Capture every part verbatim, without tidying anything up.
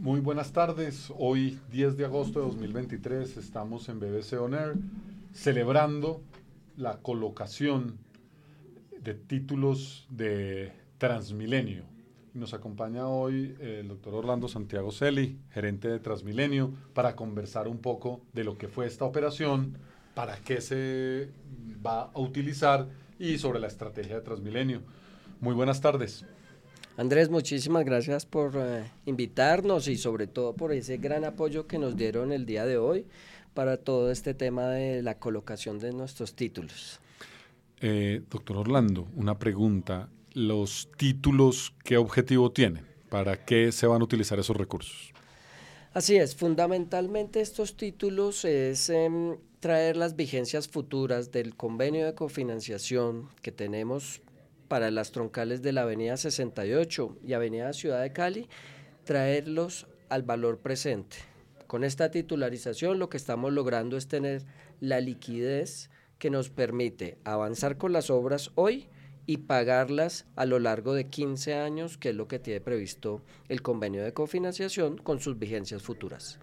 Muy buenas tardes. Hoy, diez de agosto de dos mil veintitrés, estamos en B B C On Air celebrando la colocación de títulos de Transmilenio. Nos acompaña hoy el doctor Orlando Santiago Celi, gerente de Transmilenio, para conversar un poco de lo que fue esta operación, para qué se va a utilizar y sobre la estrategia de Transmilenio. Muy buenas tardes. Andrés, muchísimas gracias por uh, invitarnos y sobre todo por ese gran apoyo que nos dieron el día de hoy para todo este tema de la colocación de nuestros títulos. Eh, doctor Orlando, una pregunta. ¿Los títulos qué objetivo tienen? ¿Para qué se van a utilizar esos recursos? Así es, fundamentalmente estos títulos es eh, traer las vigencias futuras del convenio de cofinanciación que tenemos para las troncales de la avenida sesenta y ocho y avenida Ciudad de Cali, traerlos al valor presente. Con esta titularización lo que estamos logrando es tener la liquidez que nos permite avanzar con las obras hoy y pagarlas a lo largo de quince años, que es lo que tiene previsto el convenio de cofinanciación con sus vigencias futuras.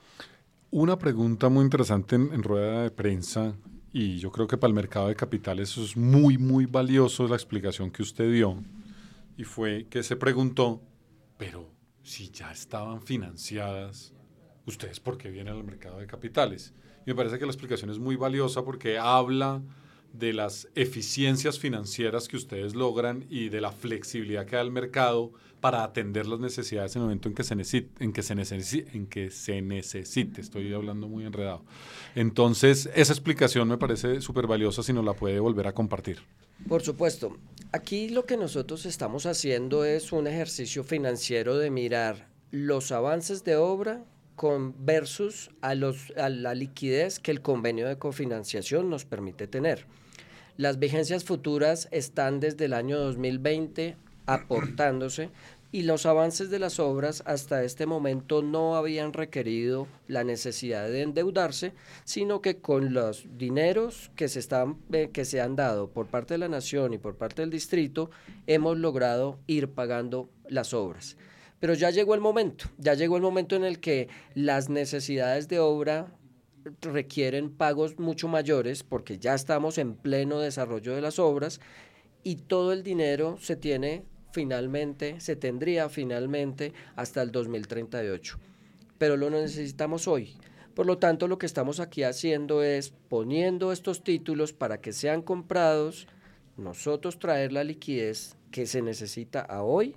Una pregunta muy interesante en, en rueda de prensa, y yo creo que para el mercado de capitales eso es muy, muy valioso la explicación que usted dio, y fue que se preguntó, pero si ya estaban financiadas, ¿ustedes por qué vienen al mercado de capitales? Y me parece que la explicación es muy valiosa porque habla de las eficiencias financieras que ustedes logran y de la flexibilidad que da el mercado para atender las necesidades en el momento en que se necesite, en que se necesite, en que se necesite. Estoy hablando muy enredado. Entonces, esa explicación me parece súper valiosa si nos la puede volver a compartir. Por supuesto. Aquí lo que nosotros estamos haciendo es un ejercicio financiero de mirar los avances de obra con versus a, los, a la liquidez que el convenio de cofinanciación nos permite tener. Las vigencias futuras están desde el año dos mil veinte aportándose y los avances de las obras hasta este momento no habían requerido la necesidad de endeudarse, sino que con los dineros que se, están, eh, que se han dado por parte de la nación y por parte del distrito, hemos logrado ir pagando las obras. Pero ya llegó el momento, ya llegó el momento en el que las necesidades de obra requieren pagos mucho mayores porque ya estamos en pleno desarrollo de las obras y todo el dinero se tiene finalmente, se tendría finalmente hasta el dos mil treinta y ocho, pero lo necesitamos hoy. Por lo tanto, lo que estamos aquí haciendo es poniendo estos títulos para que sean comprados, nosotros traer la liquidez que se necesita a hoy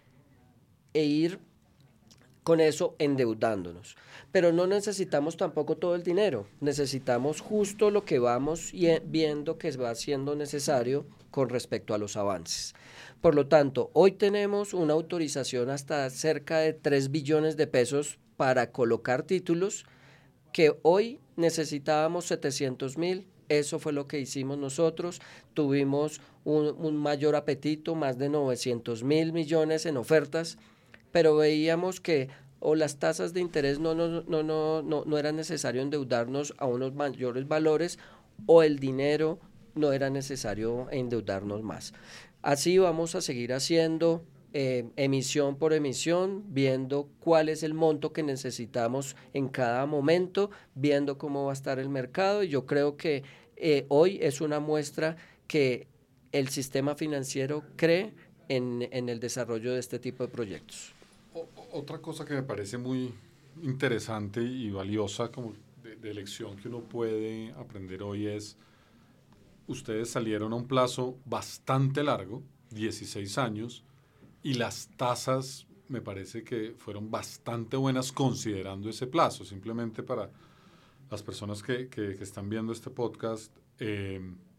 e ir con eso endeudándonos. Pero no necesitamos tampoco todo el dinero, necesitamos justo lo que vamos viendo que va siendo necesario con respecto a los avances. Por lo tanto, hoy tenemos una autorización hasta cerca de tres billones de pesos para colocar títulos que hoy necesitábamos setecientos mil. Eso fue lo que hicimos nosotros. Tuvimos un, un mayor apetito, más de novecientos mil millones en ofertas, pero veíamos que o las tasas de interés no, no, no, no, no, no era necesario endeudarnos a unos mayores valores o el dinero no era necesario endeudarnos más. Así vamos a seguir haciendo eh, emisión por emisión, viendo cuál es el monto que necesitamos en cada momento, viendo cómo va a estar el mercado y yo creo que eh, hoy es una muestra que el sistema financiero cree en, en el desarrollo de este tipo de proyectos. Otra cosa que me parece muy interesante y valiosa como de, de lección que uno puede aprender hoy es, ustedes salieron a un plazo bastante largo, dieciséis años, y las tasas me parece que fueron bastante buenas considerando ese plazo. Simplemente para las personas que, que, que están viendo este podcast, eh,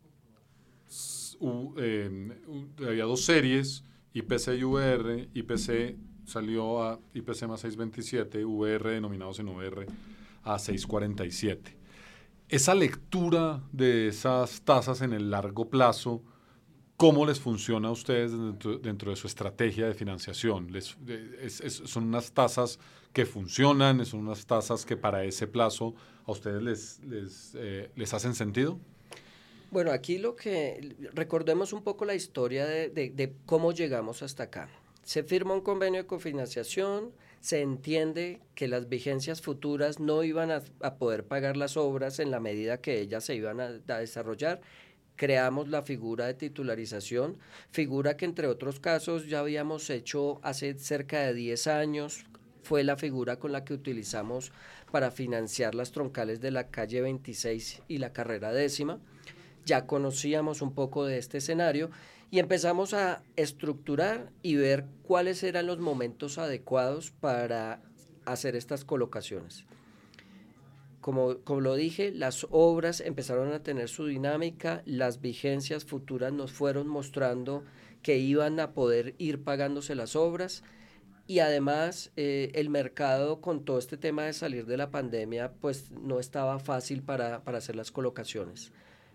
u, eh, u, había dos series, I P C y V R, I P C salió a I P C más seis veintisiete, V R denominados en V R a seis cuarenta y siete. Esa lectura de esas tasas en el largo plazo, ¿cómo les funciona a ustedes dentro, dentro de su estrategia de financiación? Les, es, es, ¿Son unas tasas que funcionan? ¿Son unas tasas que para ese plazo a ustedes les, les, eh, les hacen sentido? Bueno, aquí lo que, recordemos un poco la historia de, de, de cómo llegamos hasta acá. Se firma un convenio de cofinanciación, se entiende que las vigencias futuras no iban a, a poder pagar las obras en la medida que ellas se iban a, a desarrollar. Creamos la figura de titularización, figura que entre otros casos ya habíamos hecho hace cerca de diez años, fue la figura con la que utilizamos para financiar las troncales de la calle veintiséis y la carrera décima. Ya conocíamos un poco de este escenario y empezamos a estructurar y ver cuáles eran los momentos adecuados para hacer estas colocaciones. Como, como lo dije, las obras empezaron a tener su dinámica, las vigencias futuras nos fueron mostrando que iban a poder ir pagándose las obras y además eh, el mercado con todo este tema de salir de la pandemia pues no estaba fácil para, para hacer las colocaciones.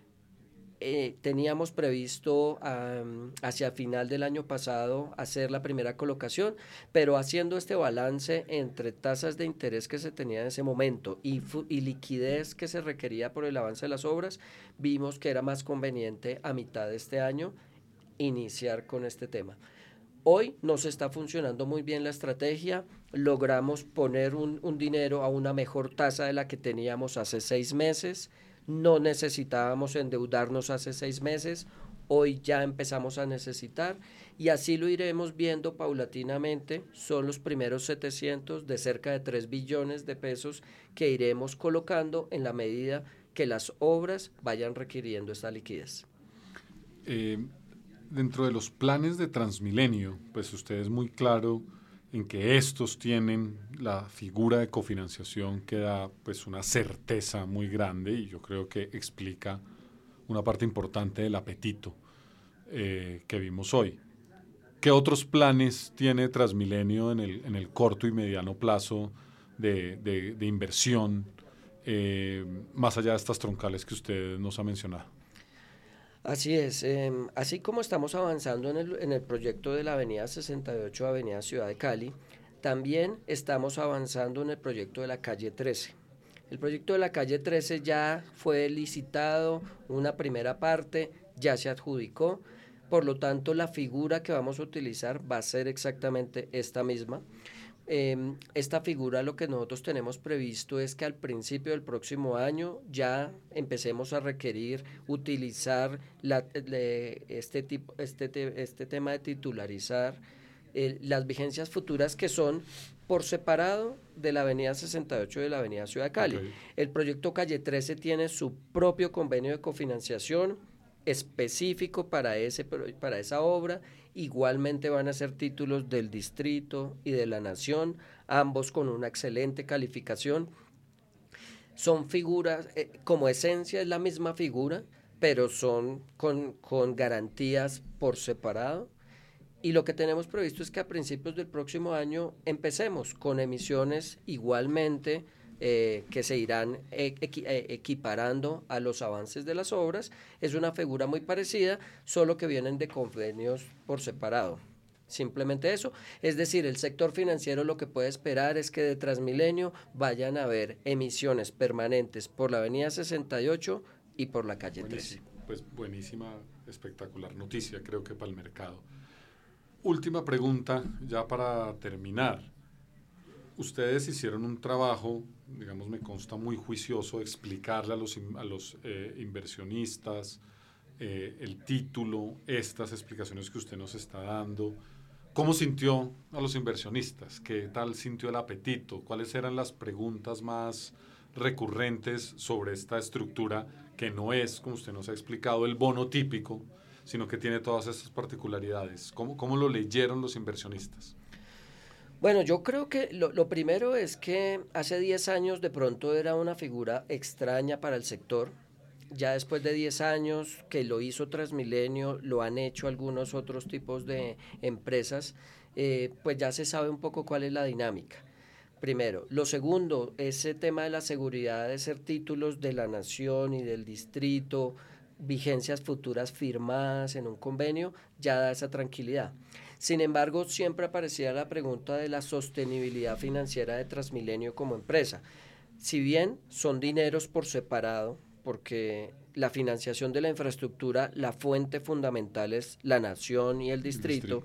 Eh, teníamos previsto um, hacia final del año pasado hacer la primera colocación, pero haciendo este balance entre tasas de interés que se tenía en ese momento y, y liquidez que se requería por el avance de las obras, vimos que era más conveniente a mitad de este año iniciar con este tema. Hoy nos está funcionando muy bien la estrategia, logramos poner un, un dinero a una mejor tasa de la que teníamos hace seis meses, no necesitábamos endeudarnos hace seis meses, hoy ya empezamos a necesitar y así lo iremos viendo paulatinamente. Son los primeros setecientos de cerca de tres billones de pesos que iremos colocando en la medida que las obras vayan requiriendo esta liquidez. Eh, dentro de los planes de Transmilenio, pues usted es muy claro en que estos tienen la figura de cofinanciación que da pues una certeza muy grande y yo creo que explica una parte importante del apetito eh, que vimos hoy. ¿Qué otros planes tiene Transmilenio en el, en el corto y mediano plazo de, de, de inversión eh, más allá de estas troncales que usted nos ha mencionado? Así es, eh, así como estamos avanzando en el, en el proyecto de la avenida sesenta y ocho, avenida Ciudad de Cali, también estamos avanzando en el proyecto de la calle trece. El proyecto de la calle trece ya fue licitado, una primera parte ya se adjudicó, por lo tanto la figura que vamos a utilizar va a ser exactamente esta misma. Eh, esta figura lo que nosotros tenemos previsto es que al principio del próximo año ya empecemos a requerir utilizar la, le, este, tipo, este, te, este tema de titularizar eh, las vigencias futuras que son por separado de la avenida sesenta y ocho y de la avenida Ciudad de Cali. Okay. El proyecto Calle trece tiene su propio convenio de cofinanciación específico para, ese, para esa obra. Igualmente van a ser títulos del distrito y de la nación, ambos con una excelente calificación. Son figuras, eh, como esencia es la misma figura, pero son con, con garantías por separado. Y lo que tenemos previsto es que a principios del próximo año empecemos con emisiones igualmente Eh, que se irán equi- equiparando a los avances de las obras. Es una figura muy parecida, solo que vienen de convenios por separado. Simplemente eso. Es decir, el sector financiero lo que puede esperar es que de Transmilenio vayan a haber emisiones permanentes por la avenida sesenta y ocho y por la calle trece. Pues buenísima, espectacular noticia, creo que para el mercado. Última pregunta, ya para terminar. Ustedes hicieron un trabajo, digamos, me consta muy juicioso, de explicarle a los, a los eh, inversionistas eh, el título, estas explicaciones que usted nos está dando. ¿Cómo sintió a los inversionistas? ¿Qué tal sintió el apetito? ¿Cuáles eran las preguntas más recurrentes sobre esta estructura que no es, como usted nos ha explicado, el bono típico, sino que tiene todas estas particularidades? ¿Cómo, cómo lo leyeron los inversionistas? Bueno, yo creo que lo, lo primero es que hace diez años de pronto era una figura extraña para el sector. Ya después de diez años que lo hizo Transmilenio, lo han hecho algunos otros tipos de empresas, eh, pues ya se sabe un poco cuál es la dinámica. Primero. Lo segundo, ese tema de la seguridad de ser títulos de la nación y del distrito, vigencias futuras firmadas en un convenio, ya da esa tranquilidad. Sin embargo, siempre aparecía la pregunta de la sostenibilidad financiera de Transmilenio como empresa. Si bien son dineros por separado, porque la financiación de la infraestructura, la fuente fundamental es la nación y el distrito, el distrito.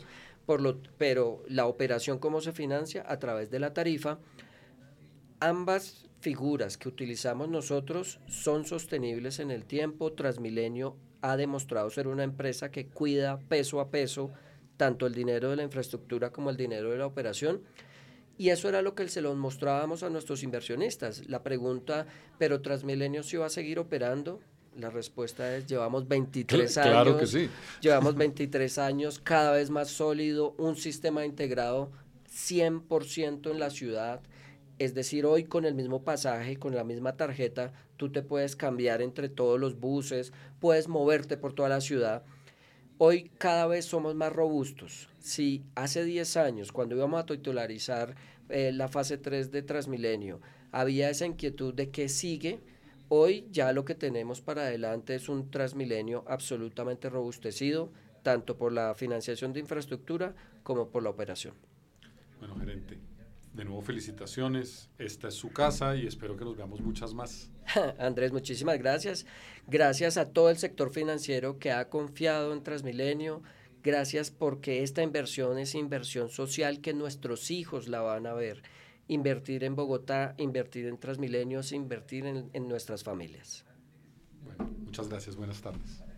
por lo, pero la operación cómo se financia a través de la tarifa. Ambas figuras que utilizamos nosotros son sostenibles en el tiempo. Transmilenio ha demostrado ser una empresa que cuida peso a peso tanto el dinero de la infraestructura como el dinero de la operación. Y eso era lo que se los mostrábamos a nuestros inversionistas. La pregunta, ¿pero Transmilenio sí va a seguir operando? La respuesta es, llevamos veintitrés años. Claro que sí. Llevamos veintitrés años, cada vez más sólido, un sistema integrado cien por ciento en la ciudad. Es decir, hoy con el mismo pasaje, con la misma tarjeta, tú te puedes cambiar entre todos los buses, puedes moverte por toda la ciudad. Hoy cada vez somos más robustos. Si hace diez años, cuando íbamos a titularizar eh, la fase tres de Transmilenio, había esa inquietud de qué sigue, hoy ya lo que tenemos para adelante es un Transmilenio absolutamente robustecido, tanto por la financiación de infraestructura como por la operación. Bueno, gerente, de nuevo felicitaciones. Esta es su casa y espero que nos veamos muchas más. Andrés, muchísimas gracias. Gracias a todo el sector financiero que ha confiado en Transmilenio. Gracias porque esta inversión es inversión social que nuestros hijos la van a ver. Invertir en Bogotá, invertir en Transmilenio es invertir en, en nuestras familias. Bueno, muchas gracias. Buenas tardes.